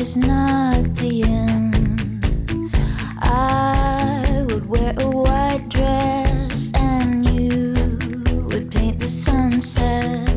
was not the end. I would wear a white dress and you would paint the sunset.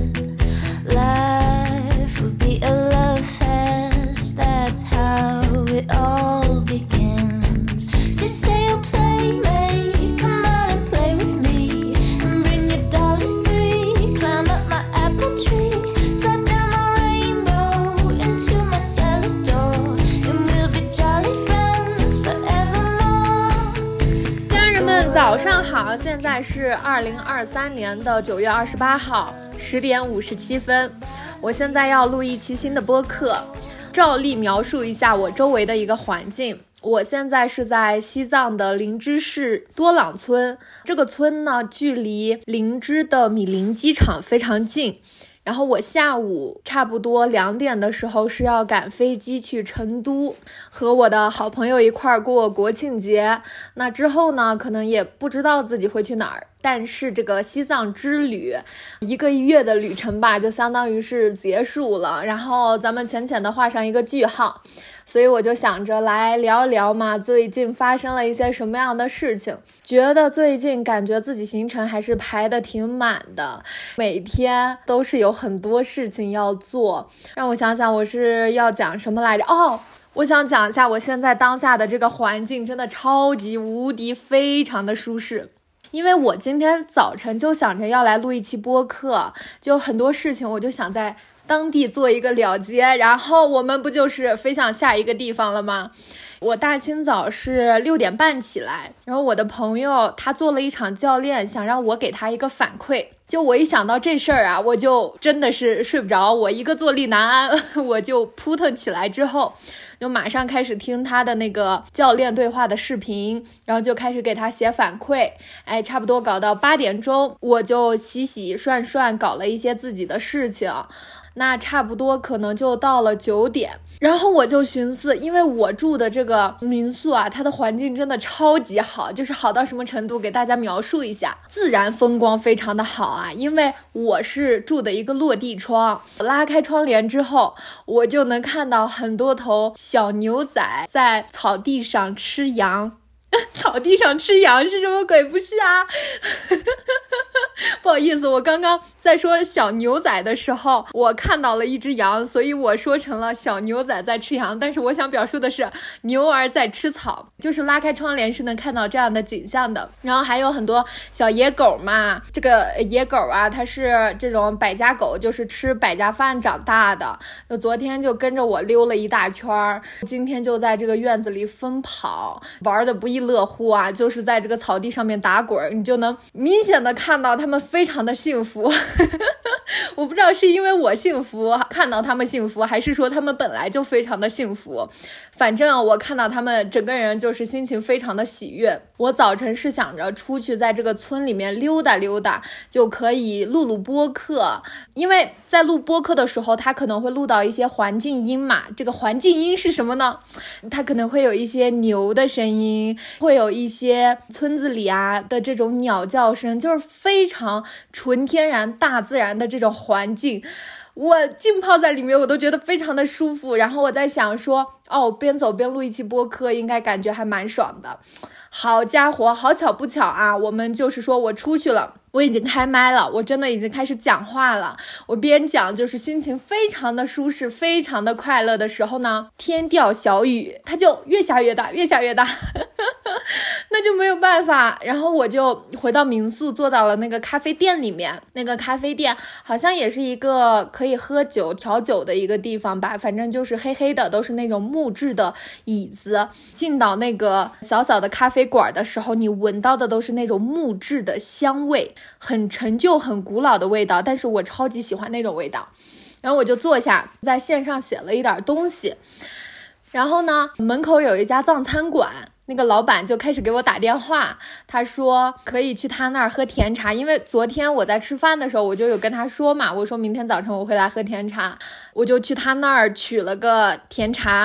Life would be a love fest, that's how it all begins. So say you'll play me, come on and play with me, and bring your dollies three, climb up my apple tree, slide down my rainbow into my cellar door, and we'll be jolly friends forevermore. 家人们早上好，现在是2023年的9月28号10点57分，我现在要录一期新的播客，照例描述一下我周围的一个环境。我现在是在西藏的林芝市多朗村，这个村呢距离林芝的米林机场非常近，然后我下午差不多2点的时候是要赶飞机去成都，和我的好朋友一块儿过国庆节。那之后呢，可能也不知道自己会去哪儿，但是这个西藏之旅1个月的旅程吧，就相当于是结束了，然后咱们浅浅的画上一个句号。所以我就想着来聊一聊嘛，最近发生了一些什么样的事情。觉得最近感觉自己行程还是排得挺满的，每天都是有很多事情要做。让我想想我是要讲什么来着。我想讲一下我现在当下的这个环境真的超级无敌非常的舒适。因为我今天早晨就想着要来录一期播客，就很多事情我就想在当地做一个了结，然后我们不就是飞向下一个地方了吗？我大清早是6点半起来，然后我的朋友他做了一场教练，想让我给他一个反馈。就我一想到这事儿啊，我就真的是睡不着，我一个坐立难安，我就扑腾起来之后就马上开始听他的那个教练对话的视频，然后就开始给他写反馈。差不多搞到8点钟，我就洗洗涮涮搞了一些自己的事情，那差不多可能就到了9点。然后我就寻思，因为我住的这个民宿啊，它的环境真的超级好，就是好到什么程度给大家描述一下。自然风光非常的好啊，因为我是住的一个落地窗，拉开窗帘之后我就能看到很多头小牛仔在草地上吃羊。草地上吃羊是什么鬼？不是啊不好意思，我刚刚在说小牛仔的时候我看到了一只羊，所以我说成了小牛仔在吃羊，但是我想表述的是牛儿在吃草，就是拉开窗帘是能看到这样的景象的。然后还有很多小野狗嘛，这个野狗啊，它是这种百家狗，就是吃百家饭长大的，就昨天就跟着我溜了一大圈，今天就在这个院子里疯跑，玩的不亦乐乎啊，就是在这个草地上面打滚，你就能明显的看到他们非常的幸福我不知道是因为我幸福看到他们幸福，还是说他们本来就非常的幸福，反正我看到他们整个人就是心情非常的喜悦。我早晨是想着出去在这个村里面溜达溜达，就可以录播客，因为在录播客的时候它可能会录到一些环境音嘛。这个环境音是什么呢？它可能会有一些牛的声音，会有一些村子里啊的这种鸟叫声，就是非常纯天然大自然的这种环境，我浸泡在里面我都觉得非常的舒服。然后我在想说边走边录一期播客应该感觉还蛮爽的。好家伙，好巧不巧啊，我们就是说我出去了，我已经开麦了，我真的已经开始讲话了。我边讲就是心情非常的舒适，非常的快乐的时候呢，天掉小雨，它就越下越大，越下越大那就没有办法，然后我就回到民宿，坐到了那个咖啡店里面。那个咖啡店好像也是一个可以喝酒调酒的一个地方吧，反正就是黑黑的，都是那种木质的椅子。进到那个小小的咖啡馆的时候，你闻到的都是那种木质的香味，很陈旧很古老的味道，但是我超级喜欢那种味道。然后我就坐下，在线上写了一点东西。然后呢，门口有一家藏餐馆，那个老板就开始给我打电话，他说可以去他那儿喝甜茶，因为昨天我在吃饭的时候我就有跟他说嘛，我说明天早晨我会来喝甜茶，我就去他那儿取了个甜茶，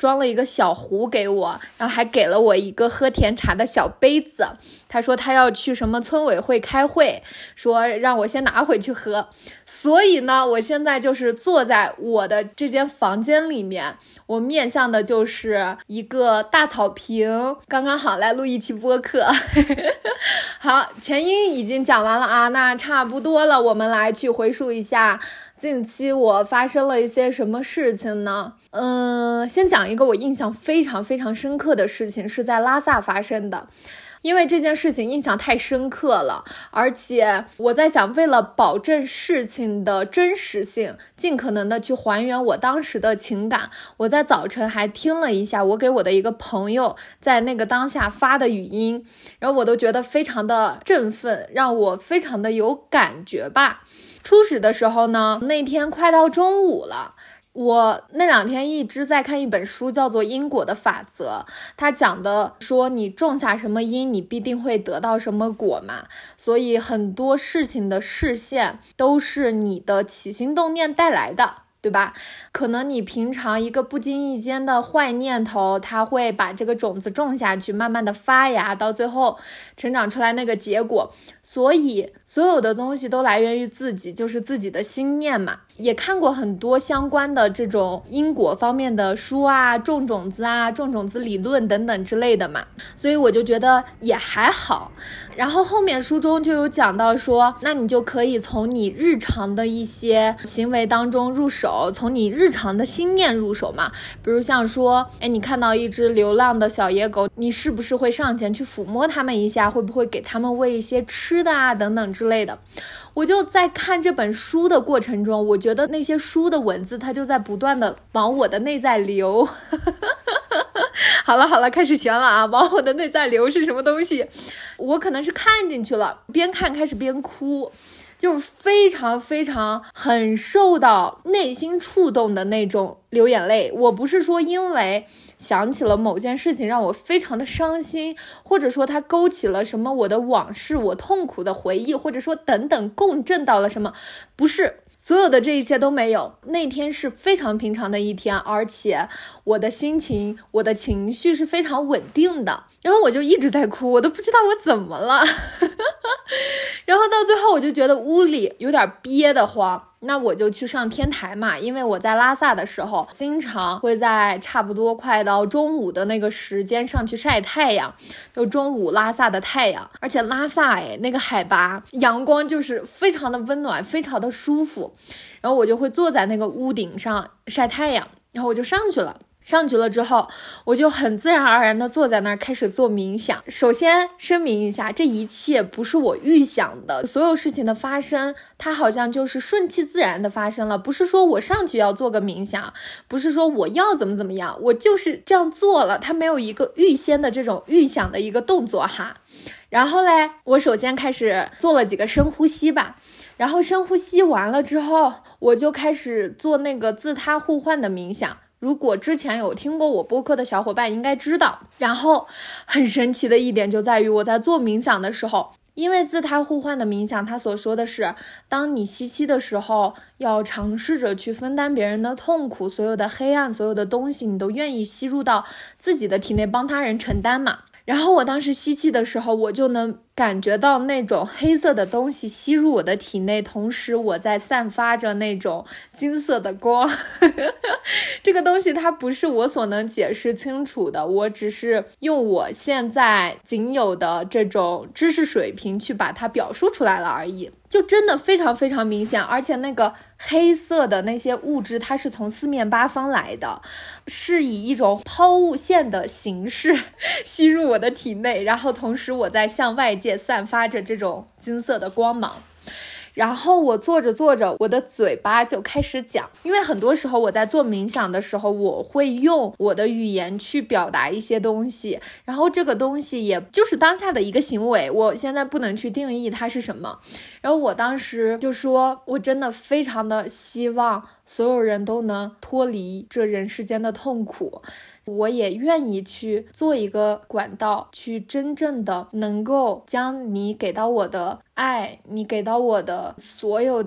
装了一个小壶给我，然后还给了我一个喝甜茶的小杯子。他说他要去什么村委会开会，说让我先拿回去喝。所以呢，我现在就是坐在我的这间房间里面，我面向的就是一个大草坪，刚刚好来录一期播客。好，前因已经讲完了啊，那差不多了，我们来去回述一下近期我发生了一些什么事情呢？先讲一个我印象非常非常深刻的事情，是在拉萨发生的。因为这件事情印象太深刻了，而且我在想，为了保证事情的真实性，尽可能的去还原我当时的情感，我在早晨还听了一下我给我的一个朋友在那个当下发的语音，然后我都觉得非常的振奋，让我非常的有感觉吧。初始的时候呢，那天快到中午了，我那2天一直在看一本书，叫做《因果的法则》，它讲的说你种下什么因，你必定会得到什么果嘛，所以很多事情的实现都是你的起心动念带来的，对吧？可能你平常一个不经意间的坏念头，它会把这个种子种下去，慢慢的发芽，到最后成长出来那个结果。所以所有的东西都来源于自己，就是自己的心念嘛。也看过很多相关的这种因果方面的书啊，种种子啊，种种子理论等等之类的嘛，所以我就觉得也还好。然后后面书中就有讲到说，那你就可以从你日常的一些行为当中入手，从你日常的心念入手嘛。比如像说，你看到一只流浪的小野狗，你是不是会上前去抚摸它们一下，会不会给它们喂一些吃的啊等等之类的。我就在看这本书的过程中，我觉得那些书的文字它就在不断的往我的内在流。好了，开始悬了啊！往我的内在流是什么东西？我可能是看进去了，边看开始边哭，就是非常非常很受到内心触动的那种流眼泪。我不是说因为想起了某件事情让我非常的伤心，或者说它勾起了什么我的往事，我痛苦的回忆，或者说等等共振到了什么，不是。所有的这一切都没有，那天是非常平常的一天，而且我的心情，我的情绪是非常稳定的，然后我就一直在哭，我都不知道我怎么了。然后到最后我就觉得屋里有点憋得慌，那我就去上天台嘛，因为我在拉萨的时候经常会在差不多快到中午的那个时间上去晒太阳，就中午拉萨的太阳，而且拉萨那个海拔阳光就是非常的温暖，非常的舒服，然后我就会坐在那个屋顶上晒太阳，然后我就上去了之后，我就很自然而然的坐在那儿开始做冥想。首先声明一下，这一切不是我预想的，所有事情的发生它好像就是顺其自然的发生了，不是说我上去要做个冥想，不是说我要怎么样，我就是这样做了，它没有一个预先的这种预想的一个动作哈。然后嘞，我首先开始做了几个深呼吸吧，然后深呼吸完了之后，我就开始做那个自他互换的冥想。如果之前有听过我播客的小伙伴应该知道，然后很神奇的一点就在于我在做冥想的时候，因为自他互换的冥想，他所说的是当你吸气的时候要尝试着去分担别人的痛苦，所有的黑暗，所有的东西你都愿意吸入到自己的体内帮他人承担嘛。然后我当时吸气的时候，我就能感觉到那种黑色的东西吸入我的体内，同时我在散发着那种金色的光。这个东西它不是我所能解释清楚的，我只是用我现在仅有的这种知识水平去把它表述出来了而已。就真的非常非常明显，而且那个黑色的那些物质它是从四面八方来的，是以一种抛物线的形式吸入我的体内，然后同时我在向外界散发着这种金色的光芒。然后我做着做着，我的嘴巴就开始讲，因为很多时候我在做冥想的时候，我会用我的语言去表达一些东西，然后这个东西也就是当下的一个行为，我现在不能去定义它是什么。然后我当时就说，我真的非常的希望所有人都能脱离这人世间的痛苦，我也愿意去做一个管道，去真正的能够将你给到我的爱，你给到我的所有的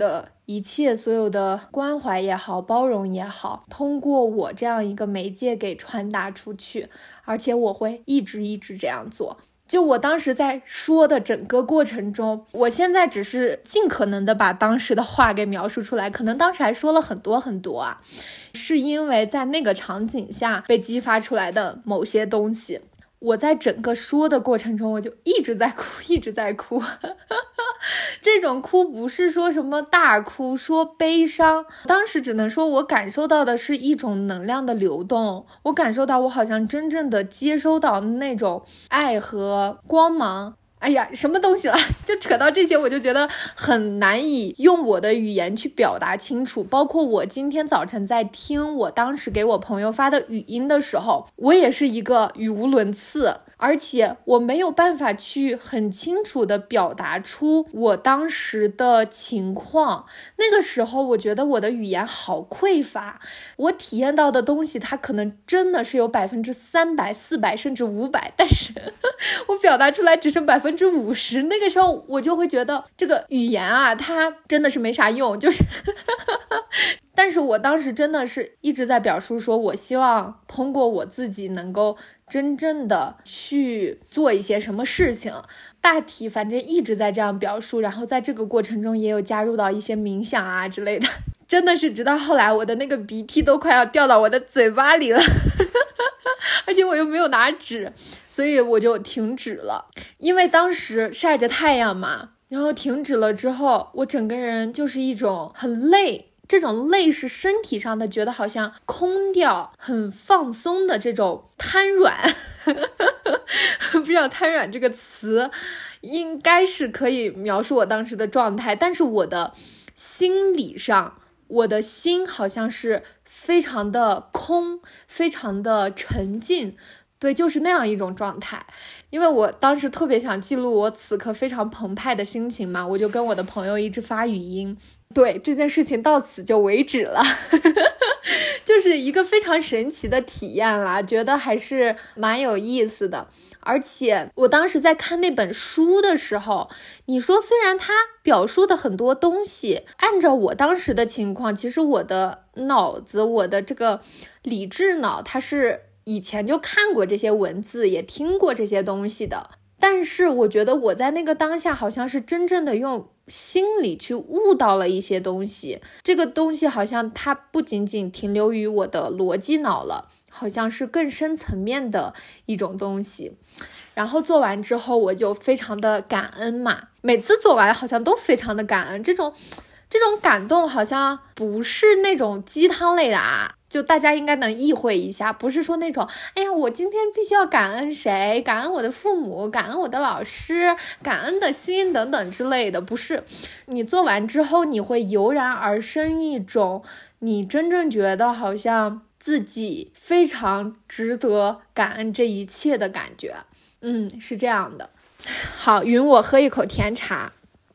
一切所有的关怀也好，包容也好，通过我这样一个媒介给传达出去，而且我会一直这样做。就我当时在说的整个过程中，我现在只是尽可能的把当时的话给描述出来，可能当时还说了很多啊，是因为在那个场景下被激发出来的某些东西。我在整个说的过程中，我就一直在哭这种哭不是说什么大哭，说悲伤，当时只能说我感受到的是一种能量的流动，我感受到我好像真正的接收到那种爱和光芒。哎呀，什么东西了，就扯到这些，我就觉得很难以用我的语言去表达清楚。包括我今天早晨在听我当时给我朋友发的语音的时候，我也是一个语无伦次，而且我没有办法去很清楚的表达出我当时的情况。那个时候我觉得我的语言好匮乏，我体验到的东西它可能真的是有300%、400%甚至500%，但是我表达出来只剩50%。那个时候我就会觉得这个语言啊，它真的是没啥用，就是但是我当时真的是一直在表述说，我希望通过我自己能够真正的去做一些什么事情，大体反正一直在这样表述，然后在这个过程中也有加入到一些冥想啊之类的，真的是直到后来我的那个鼻涕都快要掉到我的嘴巴里了而且我又没有拿纸，所以我就停止了。因为当时晒着太阳嘛，然后停止了之后，我整个人就是一种很累，这种累是身体上的，觉得好像空掉，很放松的这种瘫软不知道瘫软这个词应该是可以描述我当时的状态，但是我的心理上，我的心好像是非常的空，非常的沉静，对，就是那样一种状态。因为我当时特别想记录我此刻非常澎湃的心情嘛，我就跟我的朋友一直发语音，对，这件事情到此就为止了就是一个非常神奇的体验啦，觉得还是蛮有意思的。而且我当时在看那本书的时候，你说虽然他表述的很多东西按照我当时的情况，其实我的脑子，我的这个理智脑，它是以前就看过这些文字，也听过这些东西的，但是我觉得我在那个当下好像是真正的用心里去悟到了一些东西，这个东西好像它不仅仅停留于我的逻辑脑了，好像是更深层面的一种东西。然后做完之后我就非常的感恩嘛，每次做完好像都非常的感恩，这种感动好像不是那种鸡汤类的啊，就大家应该能意会一下，不是说那种哎呀我今天必须要感恩谁，感恩我的父母，感恩我的老师，感恩的心等等之类的，不是。你做完之后你会油然而生一种你真正觉得好像自己非常值得感恩这一切的感觉。是这样的。好，允我喝一口甜茶，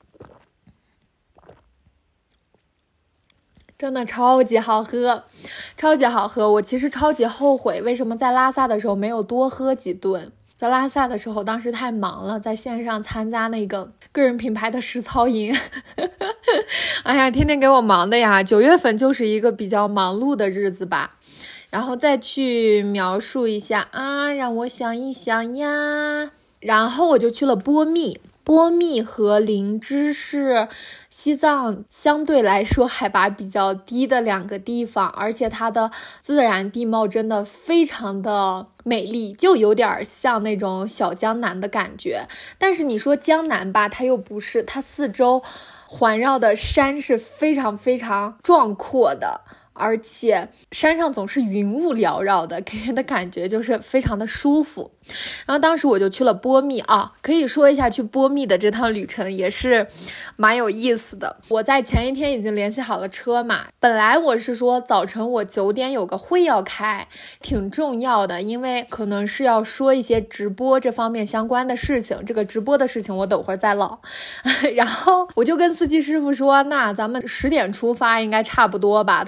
真的超级好喝，超级好喝。我其实超级后悔为什么在拉萨的时候没有多喝几顿。在拉萨的时候当时太忙了，在线上参加那个个人品牌的实操营哎呀，天天给我忙的呀。9月份就是一个比较忙碌的日子吧。然后再去描述一下啊，让我想一想呀。然后我就去了波密。波密和林芝是西藏相对来说海拔比较低的2个地方，而且它的自然地貌真的非常的美丽，就有点像那种小江南的感觉。但是你说江南吧，它又不是，它四周环绕的山是非常非常壮阔的，而且山上总是云雾缭绕的，给人的感觉就是非常的舒服。然后当时我就去了波密啊，可以说一下去波密的这趟旅程也是蛮有意思的。我在前一天已经联系好了车嘛，本来我是说早晨我9点有个会要开，挺重要的，因为可能是要说一些直播这方面相关的事情，这个直播的事情我等会儿再唠然后我就跟司机师傅说，那咱们10点出发应该差不多吧，他说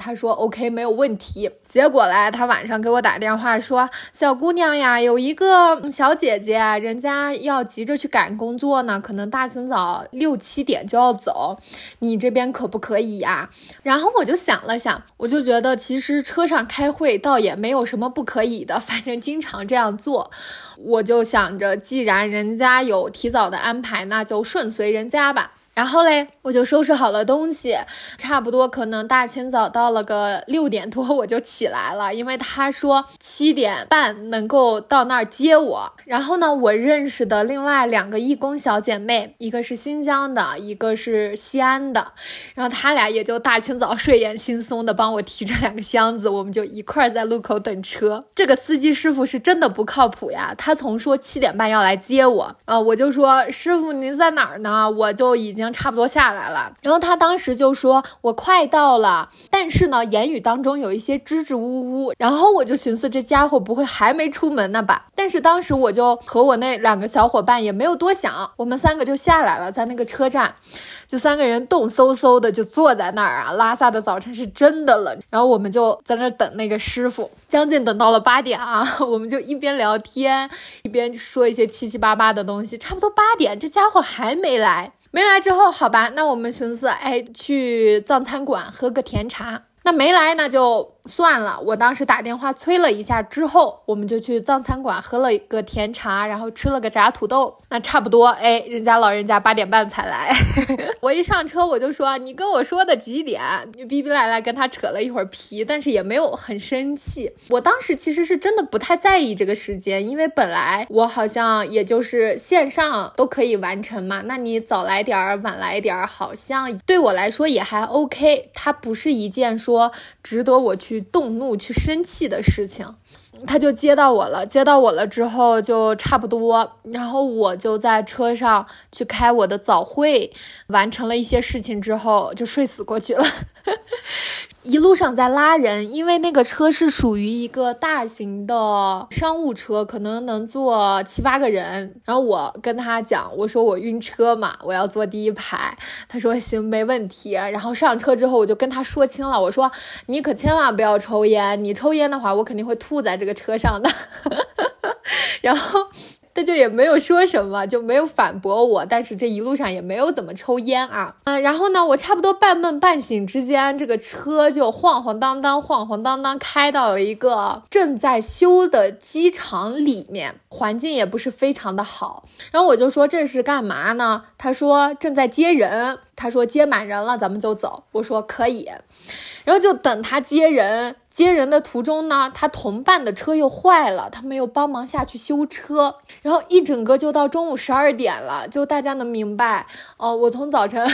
OK 没有问题。结果来他晚上给我打电话说，小姑娘呀，有一个小姐姐人家要急着去赶工作呢，可能大清早6、7点就要走，你这边可不可以呀？然后我就想了想，我就觉得其实车上开会倒也没有什么不可以的，反正经常这样做。我就想着既然人家有提早的安排，那就顺随人家吧。然后嘞，我就收拾好了东西，差不多可能大清早到了个6点多我就起来了，因为他说7点半能够到那儿接我。然后呢，我认识的另外2个义工小姐妹，一个是新疆的，一个是西安的，然后他俩也就大清早睡眼惺忪的帮我提着2个箱子，我们就一块在路口等车。这个司机师傅是真的不靠谱呀，他从说7点半要来接我，我就说师傅您在哪儿呢？我就已经差不多下来了。然后他当时就说我快到了，但是呢言语当中有一些支支吾吾，然后我就寻思这家伙不会还没出门呢吧。但是当时我就和我那2个小伙伴也没有多想，我们3个就下来了，在那个车站就3个人冻嗖嗖的就坐在那儿啊。拉萨的早晨是真的冷，然后我们就在那儿等那个师傅，将近等到了8点啊，我们就一边聊天一边说一些七七八八的东西，差不多8点这家伙还没来。没来之后好吧，那我们寻思去藏餐馆喝个甜茶。那没来那就算了，我当时打电话催了一下之后，我们就去藏餐馆喝了一个甜茶，然后吃了个炸土豆。那差不多人家老人家8点半才来我一上车我就说你跟我说的几点，逼逼赖赖跟他扯了一会儿皮，但是也没有很生气。我当时其实是真的不太在意这个时间，因为本来我好像也就是线上都可以完成嘛，那你早来点晚来点好像对我来说也还 OK， 它不是一件说值得我去动怒去生气的事情。他就接到我了之后就差不多，然后我就在车上去开我的早会，完成了一些事情之后就睡死过去了一路上在拉人，因为那个车是属于一个大型的商务车，可能能坐7、8个人。然后我跟他讲，我说我晕车嘛，我要坐第一排。他说行没问题。然后上车之后我就跟他说清了，我说你可千万不要抽烟，你抽烟的话我肯定会吐在这个车上的然后他就也没有说什么，就没有反驳我，但是这一路上也没有怎么抽烟啊。然后呢，我差不多半梦半醒之间，这个车就晃晃荡荡开到了一个正在修的机场里面，环境也不是非常的好。然后我就说这是干嘛呢？他说正在接人，他说接满人了咱们就走。我说可以。然后就等他接人的途中呢，他同伴的车又坏了，他没有帮忙下去修车，然后一整个就到中午12点了。就大家能明白我从早晨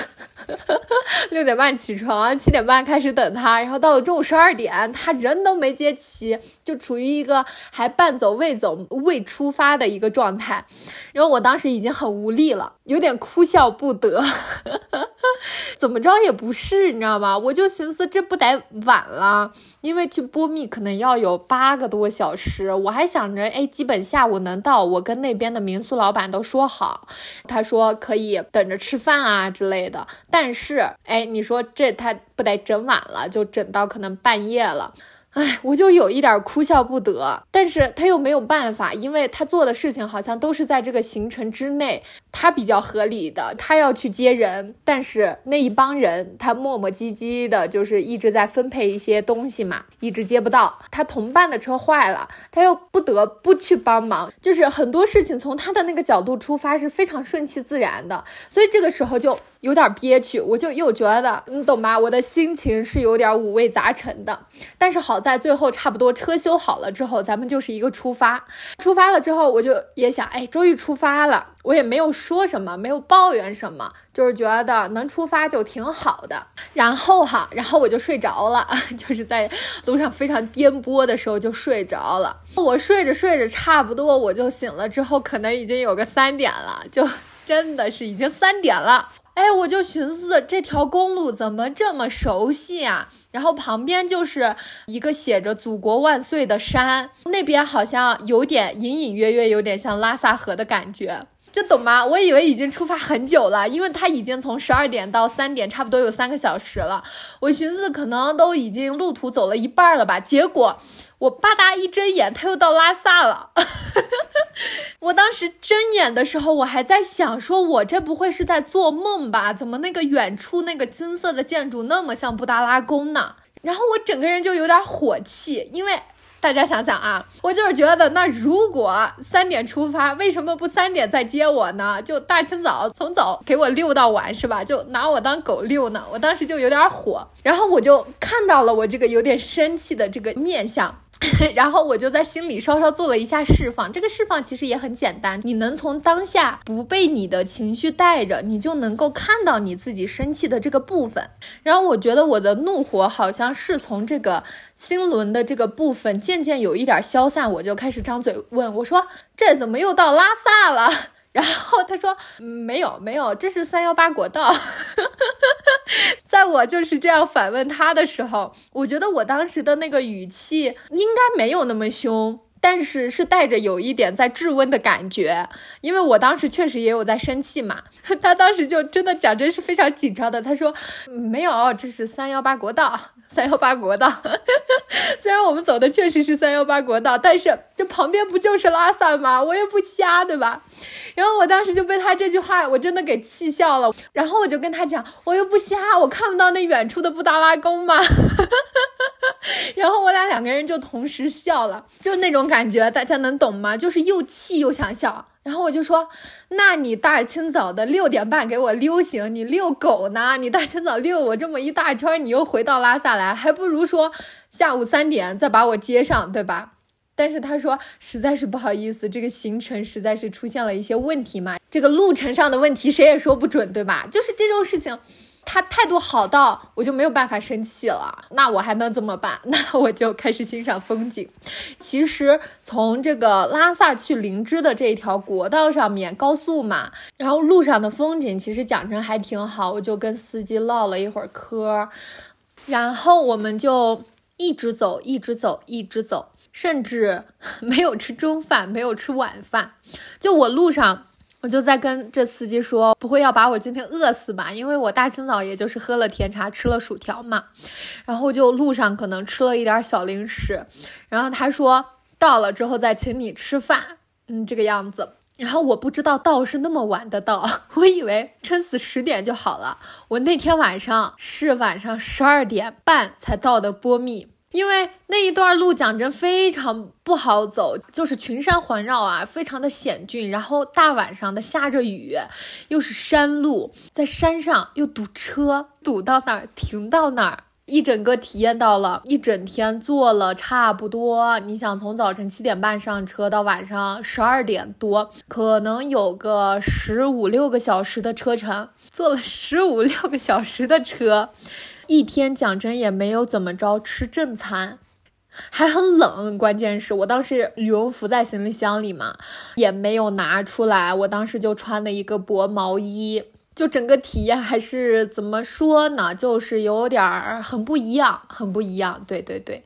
6点半起床，7点半开始等他，然后到了中午12点他人都没接齐，就处于一个还半走未走未出发的一个状态。然后我当时已经很无力了，有点哭笑不得怎么着也不是你知道吗？我就寻思这不得晚了，因为去波密可能要有8个多小时，我还想着基本下午能到，我跟那边的民宿老板都说好，他说可以等着吃饭啊之类的。但是你说这他不得整晚了，就整到可能半夜了。我就有一点哭笑不得，但是他又没有办法，因为他做的事情好像都是在这个行程之内，他比较合理的，他要去接人，但是那一帮人他磨磨唧唧的，就是一直在分配一些东西嘛，一直接不到。他同伴的车坏了，他又不得不去帮忙，就是很多事情从他的那个角度出发是非常顺其自然的，所以这个时候就有点憋屈，我就又觉得你懂吧，我的心情是有点五味杂陈的。但是好在最后差不多车修好了之后，咱们就是一个出发了之后，我就也想终于出发了，我也没有说什么，没有抱怨什么，就是觉得能出发就挺好的。然后我就睡着了，就是在路上非常颠簸的时候就睡着了。我睡着差不多我就醒了之后，可能已经有个3点了，就真的是已经3点了。我就寻思这条公路怎么这么熟悉啊，然后旁边就是一个写着祖国万岁的山，那边好像有点隐隐约约有点像拉萨河的感觉。 就懂吗？我以为已经出发很久了，因为他已经从12点到3点差不多有3个小时了，我寻思可能都已经路途走了一半了吧，结果我吧嗒一睁眼他又到拉萨了。我当时睁眼的时候我还在想说，我这不会是在做梦吧，怎么那个远处那个金色的建筑那么像布达拉宫呢？然后我整个人就有点火气，因为大家想想啊，我就是觉得那如果3点出发，为什么不3点再接我呢？就大清早从早给我遛到晚是吧？就拿我当狗遛呢。我当时就有点火，然后我就看到了我这个有点生气的这个面相。然后我就在心里稍稍做了一下释放，这个释放其实也很简单，你能从当下不被你的情绪带着，你就能够看到你自己生气的这个部分。然后我觉得我的怒火好像是从这个心轮的这个部分渐渐有一点消散，我就开始张嘴问我说，这怎么又到拉萨了？然后他说没有，这是318国道。在我就是这样反问他的时候，我觉得我当时的那个语气应该没有那么凶，但是是带着有一点在质问的感觉，因为我当时确实也有在生气嘛。他当时就真的讲真是非常紧张的，他说没有，这是318国道，318国道。虽然我们走的确实是318国道，但是这旁边不就是拉萨吗？我也不瞎，对吧？然后我当时就被他这句话我真的给气笑了，然后我就跟他讲，我又不瞎，我看不到那远处的布达拉宫吗？然后我俩2个人就同时笑了，就那种感觉大家能懂吗？就是又气又想笑。然后我就说，那你大清早的6点半给我溜醒，你遛狗呢？你大清早遛我这么一大圈，你又回到拉萨来，还不如说下午3点再把我接上，对吧？但是他说实在是不好意思，这个行程实在是出现了一些问题嘛，这个路程上的问题谁也说不准，对吧？就是这种事情他态度好到我就没有办法生气了，那我还能怎么办？那我就开始欣赏风景。其实从这个拉萨去林芝的这一条国道上面，高速嘛，然后路上的风景其实讲真还挺好，我就跟司机唠了一会儿嗑，然后我们就一直走，甚至没有吃中饭，没有吃晚饭。就我路上我就在跟这司机说，不会要把我今天饿死吧？因为我大清早也就是喝了甜茶，吃了薯条嘛，然后就路上可能吃了一点小零食，然后他说到了之后再请你吃饭，这个样子。然后我不知道到是那么晚的到，我以为撑死10点就好了。我那天晚上是晚上12点半才到的波密，因为那一段路讲真非常不好走，就是群山环绕啊，非常的险峻，然后大晚上的下着雨，又是山路，在山上又堵车，堵到哪儿停到哪儿，一整个体验到了一整天坐了差不多，你想从早晨7点半上车到晚上12点多，可能有个15-16个小时的车程，坐了15-16个小时的车，一天讲真也没有怎么着吃正餐，还很冷，关键是我当时羽绒服在行李箱里嘛，也没有拿出来，我当时就穿了一个薄毛衣，就整个体验还是怎么说呢，就是有点很不一样，对。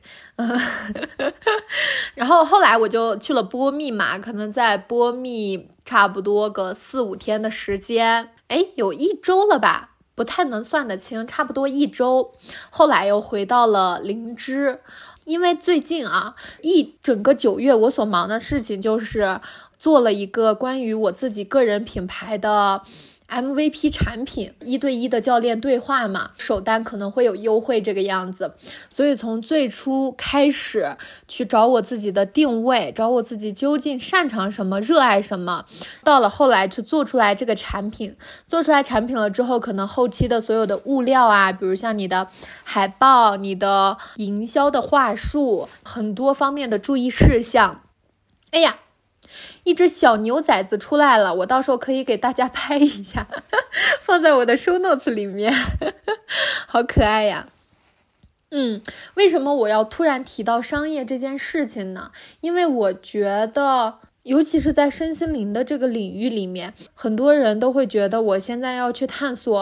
然后后来我就去了波密嘛，可能在波密差不多个4-5天的时间，有1周了吧，不太能算得清，差不多1周。后来又回到了林芝，因为最近一整个9月我所忙的事情就是做了一个关于我自己个人品牌的MVP 产品，1对1的教练对话嘛，首单可能会有优惠这个样子，所以从最初开始去找我自己的定位，找我自己究竟擅长什么，热爱什么，到了后来去做出来这个产品，做出来产品了之后，可能后期的所有的物料啊，比如像你的海报，你的营销的话术，很多方面的注意事项，哎呀，一只小牛崽子出来了，我到时候可以给大家拍一下，放在我的 show notes 里面，好可爱呀。为什么我要突然提到商业这件事情呢？因为我觉得尤其是在身心灵的这个领域里面，很多人都会觉得我现在要去探索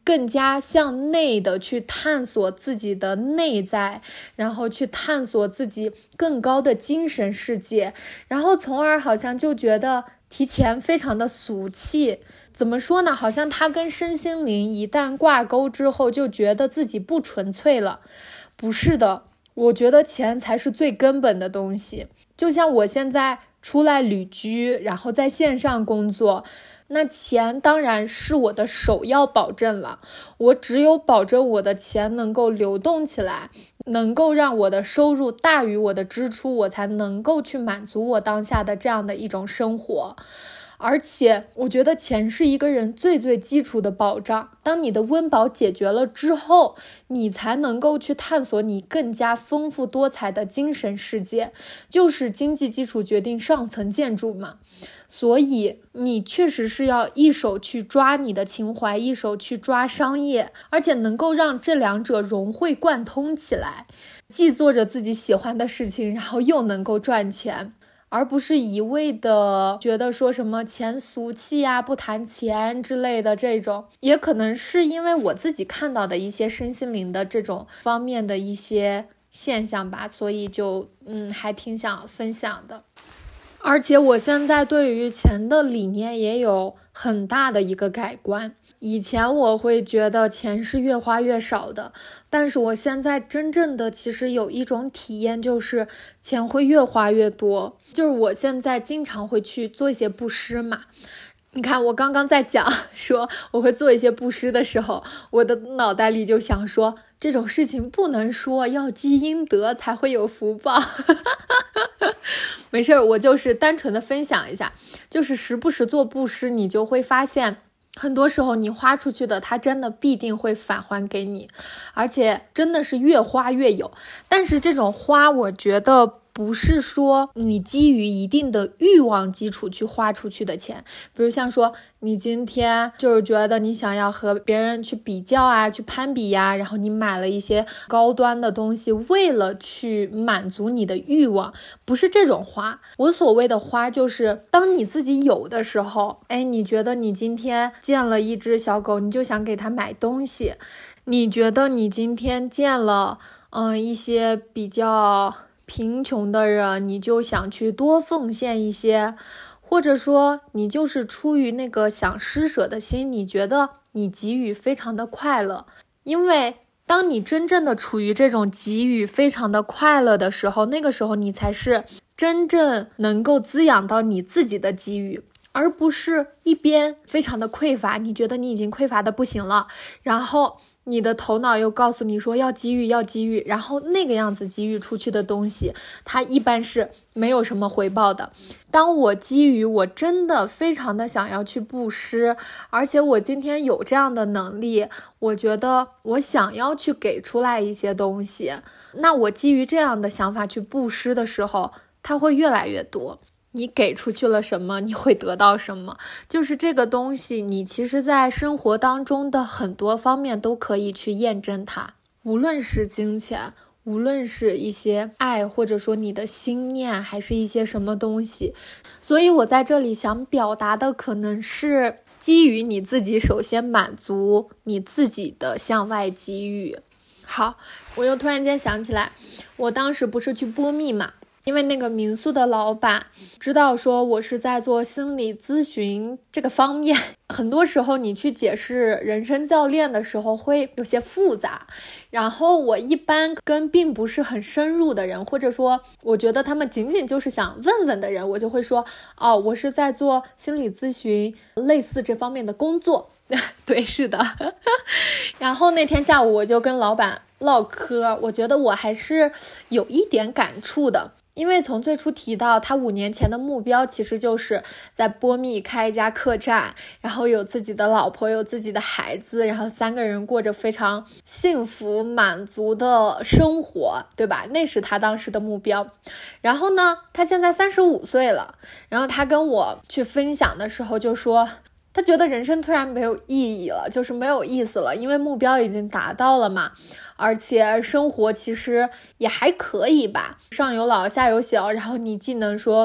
更加向内的去探索自己的内在，然后去探索自己更高的精神世界，然后从而好像就觉得提钱非常的俗气。怎么说呢？好像它跟身心灵一旦挂钩之后，就觉得自己不纯粹了。不是的，我觉得钱才是最根本的东西。就像我现在出来旅居，然后在线上工作，那钱当然是我的首要保证了。我只有保证我的钱能够流动起来，能够让我的收入大于我的支出，我才能够去满足我当下的这样的一种生活。而且我觉得钱是一个人最最基础的保障，当你的温饱解决了之后，你才能够去探索你更加丰富多彩的精神世界，就是经济基础决定上层建筑嘛。所以你确实是要一手去抓你的情怀，一手去抓商业，而且能够让这两者融会贯通起来，既做着自己喜欢的事情，然后又能够赚钱，而不是一味的觉得说什么钱俗气啊，不谈钱之类的这种。也可能是因为我自己看到的一些身心灵的这种方面的一些现象吧，所以就还挺想分享的。而且我现在对于钱的理念也有很大的一个改观。以前我会觉得钱是越花越少的，但是我现在真正的其实有一种体验，就是钱会越花越多。就是我现在经常会去做一些布施嘛。你看我刚刚在讲说我会做一些布施的时候，我的脑袋里就想说，这种事情不能说，要积阴德才会有福报。没事，我就是单纯的分享一下，就是时不时做布施，你就会发现很多时候你花出去的，它真的必定会返还给你，而且真的是越花越有。但是这种花，我觉得不是说你基于一定的欲望基础去花出去的钱。比如像说你今天就是觉得你想要和别人去比较啊，去攀比呀，然后你买了一些高端的东西，为了去满足你的欲望，不是这种花。我所谓的花，就是当你自己有的时候，你觉得你今天见了一只小狗，你就想给它买东西，你觉得你今天见了一些比较贫穷的人，你就想去多奉献一些，或者说你就是出于那个想施舍的心，你觉得你给予非常的快乐。因为当你真正的处于这种给予非常的快乐的时候，那个时候你才是真正能够滋养到你自己的给予，而不是一边非常的匮乏，你觉得你已经匮乏的不行了，然后你的头脑又告诉你说要给予要给予，然后那个样子给予出去的东西，它一般是没有什么回报的。当我基于我真的非常的想要去布施，而且我今天有这样的能力，我觉得我想要去给出来一些东西，那我基于这样的想法去布施的时候，它会越来越多。你给出去了什么，你会得到什么，就是这个东西，你其实在生活当中的很多方面都可以去验证它，无论是金钱，无论是一些爱，或者说你的心念，还是一些什么东西。所以我在这里想表达的可能是基于你自己首先满足你自己的向外给予。好，我又突然间想起来，我当时不是去波密嘛，因为那个民宿的老板知道说我是在做心理咨询这个方面，很多时候你去解释人生教练的时候会有些复杂，然后我一般跟并不是很深入的人，或者说我觉得他们仅仅就是想问问的人，我就会说我是在做心理咨询类似这方面的工作。对，是的。然后那天下午我就跟老板唠嗑，我觉得我还是有一点感触的。因为从最初提到他5年前的目标其实就是在波密开一家客栈，然后有自己的老婆，有自己的孩子，然后3个人过着非常幸福满足的生活，对吧？那是他当时的目标。然后呢，他现在35岁了，然后他跟我去分享的时候就说，他觉得人生突然没有意义了，就是没有意思了，因为目标已经达到了嘛，而且生活其实也还可以吧，上有老下有小，然后你既能说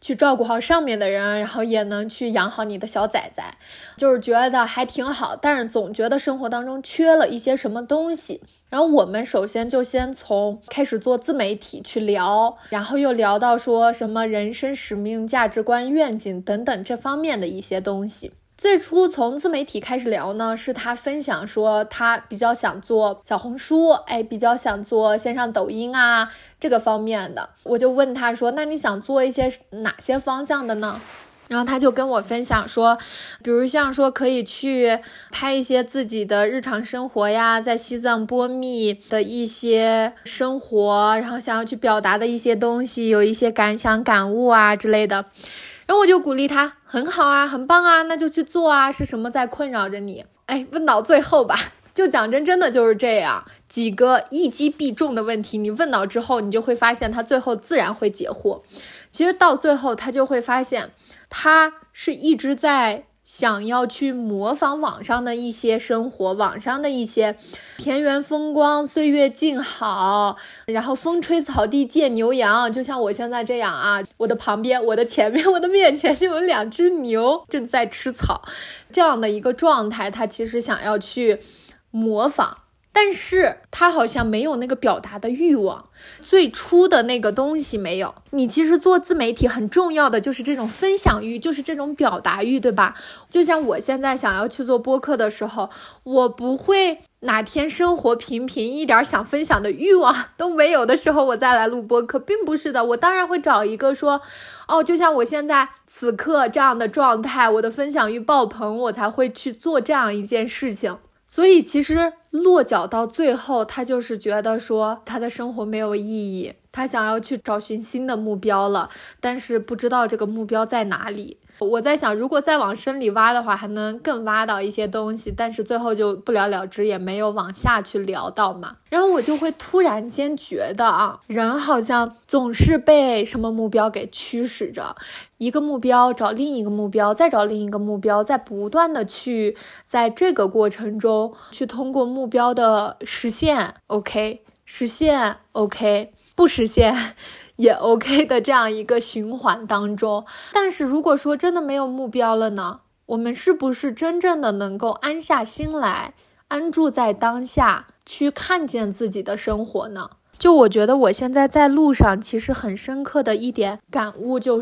去照顾好上面的人，然后也能去养好你的小崽崽，就是觉得还挺好，但是总觉得生活当中缺了一些什么东西。然后我们首先就先从开始做自媒体去聊，然后又聊到说什么人生使命、价值观、愿景等等这方面的一些东西。最初从自媒体开始聊呢，是他分享说他比较想做小红书，比较想做线上抖音啊这个方面的。我就问他说，那你想做一些哪些方向的呢？然后他就跟我分享说，比如像说可以去拍一些自己的日常生活呀，在西藏波密的一些生活，然后想要去表达的一些东西，有一些感想感悟啊之类的。然后我就鼓励他，很好啊，很棒啊，那就去做啊，是什么在困扰着你？问到最后吧，就讲真的就是这样，几个一击必中的问题，你问到之后，你就会发现他最后自然会解惑。其实到最后他就会发现，他是一直在想要去模仿网上的一些生活，网上的一些田园风光，岁月静好，然后风吹草低见牛羊，就像我现在这样啊，我的旁边，我的前面，我的面前是有2只牛正在吃草，这样的一个状态，他其实想要去模仿，但是他好像没有那个表达的欲望，最初的那个东西没有。你其实做自媒体很重要的就是这种分享欲，就是这种表达欲，对吧？就像我现在想要去做播客的时候，我不会哪天生活平平，一点想分享的欲望都没有的时候我再来录播客，并不是的，我当然会找一个说，就像我现在此刻这样的状态，我的分享欲爆棚，我才会去做这样一件事情。所以其实落脚到最后，他就是觉得说他的生活没有意义，他想要去找寻新的目标了，但是不知道这个目标在哪里。我在想，如果再往深里挖的话，还能更挖到一些东西，但是最后就不了了之，也没有往下去聊到嘛。然后我就会突然间觉得人好像总是被什么目标给驱使着，一个目标找另一个目标，再找另一个目标，再不断的去在这个过程中去通过目标的实现 OK， 实现 OK， 不实现也 OK 的这样一个循环当中。但是如果说真的没有目标了呢，我们是不是真正的能够安下心来，安住在当下，去看见自己的生活呢？就我觉得我现在在路上其实很深刻的一点感悟就是，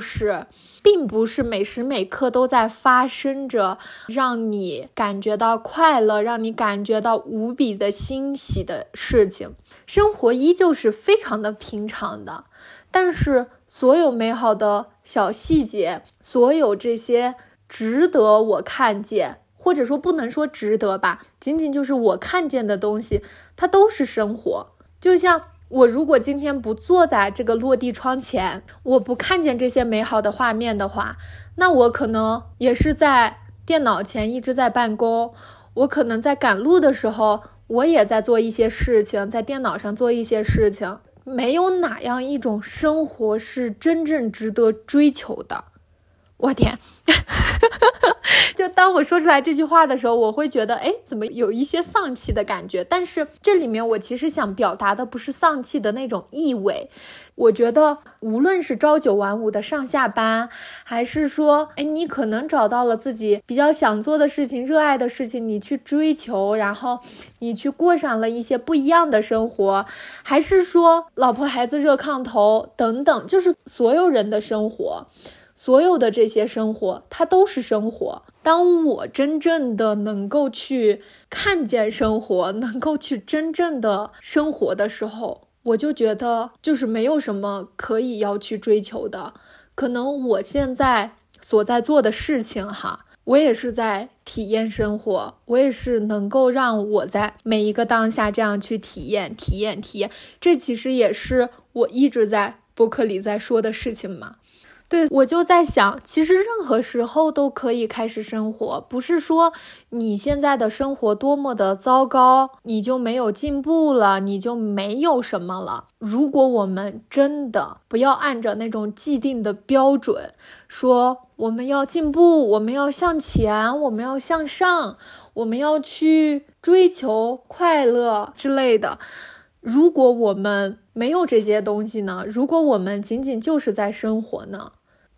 并不是每时每刻都在发生着让你感觉到快乐，让你感觉到无比的欣喜的事情，生活依旧是非常的平常的。但是所有美好的小细节，所有这些值得我看见，或者说不能说值得吧，仅仅就是我看见的东西，它都是生活。就像我如果今天不坐在这个落地窗前，我不看见这些美好的画面的话，那我可能也是在电脑前一直在办公，我可能在赶路的时候，我也在做一些事情，在电脑上做一些事情。没有哪样一种生活是真正值得追求的。我天就当我说出来这句话的时候，我会觉得怎么有一些丧气的感觉，但是这里面我其实想表达的不是丧气的那种意味。我觉得无论是朝9晚5的上下班，还是说你可能找到了自己比较想做的事情，热爱的事情，你去追求，然后你去过上了一些不一样的生活，还是说老婆孩子热炕头等等，就是所有人的生活，所有的这些生活它都是生活。当我真正的能够去看见生活，能够去真正的生活的时候，我就觉得就是没有什么可以要去追求的。可能我现在所在做的事情我也是在体验生活，我也是能够让我在每一个当下这样去体验。这其实也是我一直在播客里在说的事情嘛。对，我就在想，其实任何时候都可以开始生活，不是说你现在的生活多么的糟糕，你就没有进步了，你就没有什么了。如果我们真的不要按照那种既定的标准，说我们要进步，我们要向前，我们要向上，我们要去追求快乐之类的，如果我们没有这些东西呢？如果我们仅仅就是在生活呢？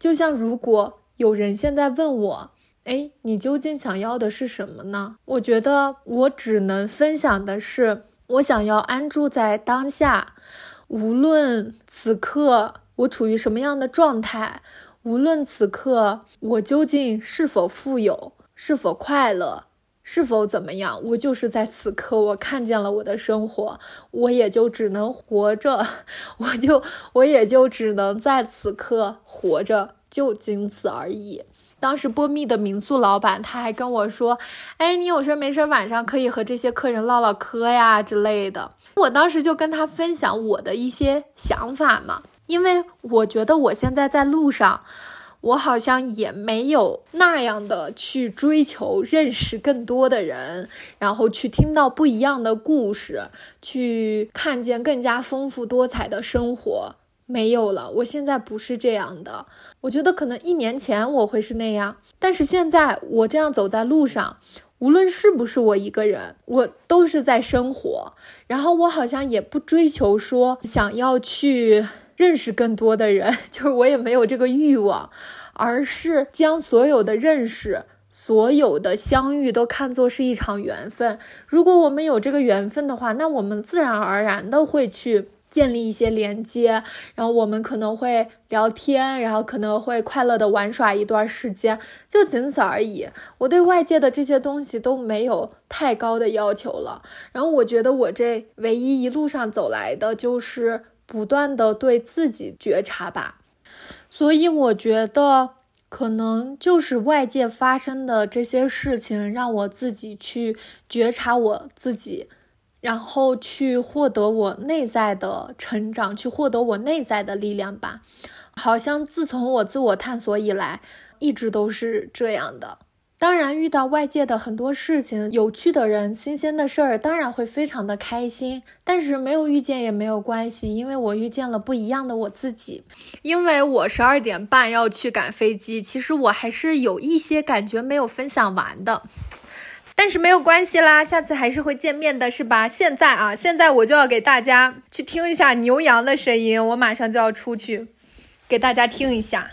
就像如果有人现在问我，你究竟想要的是什么呢？我觉得我只能分享的是，我想要安住在当下，无论此刻我处于什么样的状态，无论此刻我究竟是否富有，是否快乐，是否怎么样，我就是在此刻我看见了我的生活，我也就只能活着，我也就只能在此刻活着，就仅此而已。当时波密的民宿老板他还跟我说，你有事没事晚上可以和这些客人唠唠嗑呀之类的。我当时就跟他分享我的一些想法嘛，因为我觉得我现在在路上，我好像也没有那样的去追求认识更多的人，然后去听到不一样的故事，去看见更加丰富多彩的生活。没有了，我现在不是这样的。我觉得可能1年前我会是那样，但是现在我这样走在路上，无论是不是我一个人，我都是在生活。然后我好像也不追求说想要去认识更多的人，就是我也没有这个欲望，而是将所有的认识，所有的相遇都看作是一场缘分。如果我们有这个缘分的话，那我们自然而然的会去建立一些连接，然后我们可能会聊天，然后可能会快乐的玩耍一段时间，就仅此而已。我对外界的这些东西都没有太高的要求了。然后我觉得我这唯一一路上走来的就是不断的对自己觉察吧。所以我觉得可能就是外界发生的这些事情让我自己去觉察我自己，然后去获得我内在的成长，去获得我内在的力量吧。好像自从我自我探索以来，一直都是这样的。当然遇到外界的很多事情，有趣的人，新鲜的事儿，当然会非常的开心，但是没有遇见也没有关系，因为我遇见了不一样的我自己。因为我12点半要去赶飞机，其实我还是有一些感觉没有分享完的，但是没有关系啦，下次还是会见面的，是吧？现在我就要给大家去听一下牛羊的声音，我马上就要出去给大家听一下。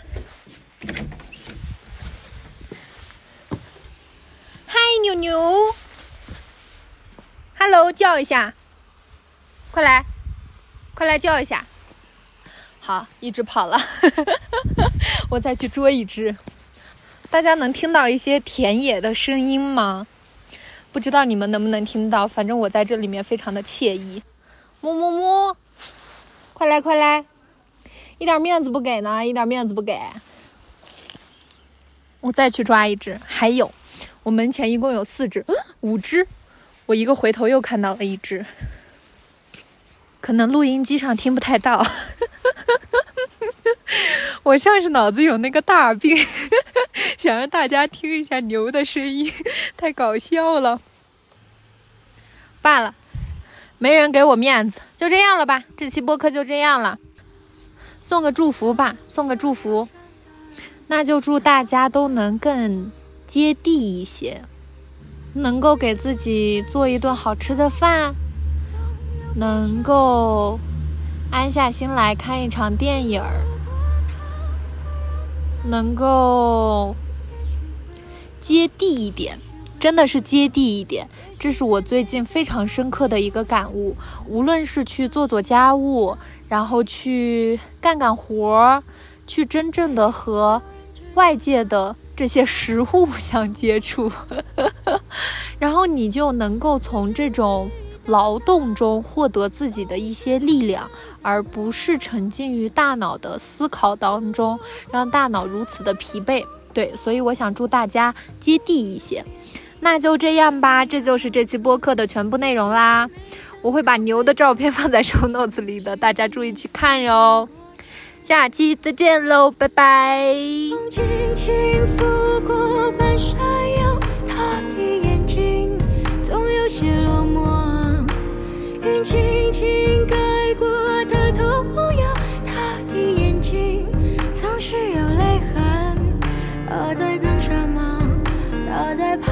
嗨，牛牛 ，Hello， 叫一下，快来叫一下。好，一只跑了，我再去捉一只。大家能听到一些田野的声音吗？不知道你们能不能听到，反正我在这里面非常的惬意。摸摸摸，快来，一点面子不给呢，一点面子不给。我再去抓一只，还有，我门前一共有4只，5只，我一个回头又看到了一只，可能录音机上听不太到。我像是脑子有那个大病，想让大家听一下牛的声音，太搞笑了。罢了，没人给我面子，就这样了吧，这期播客就这样了。送个祝福吧，那就祝大家都能更接地一些，能够给自己做一顿好吃的饭，能够安下心来看一场电影，能够接地一点，真的是接地一点，这是我最近非常深刻的一个感悟。无论是去做家务，然后去干活，去真正的和外界的这些食物相接触，然后你就能够从这种劳动中获得自己的一些力量，而不是沉浸于大脑的思考当中，让大脑如此的疲惫。对，所以我想祝大家接地一些。那就这样吧，这就是这期播客的全部内容啦。我会把牛的照片放在 show notes 里的，大家注意去看哟。下期再见喽，拜拜。 风轻轻拂过半山腰，他的眼睛总有些落寞，云轻轻盖过他头摇，他的眼睛总是有泪痕，他在等什么，他在怕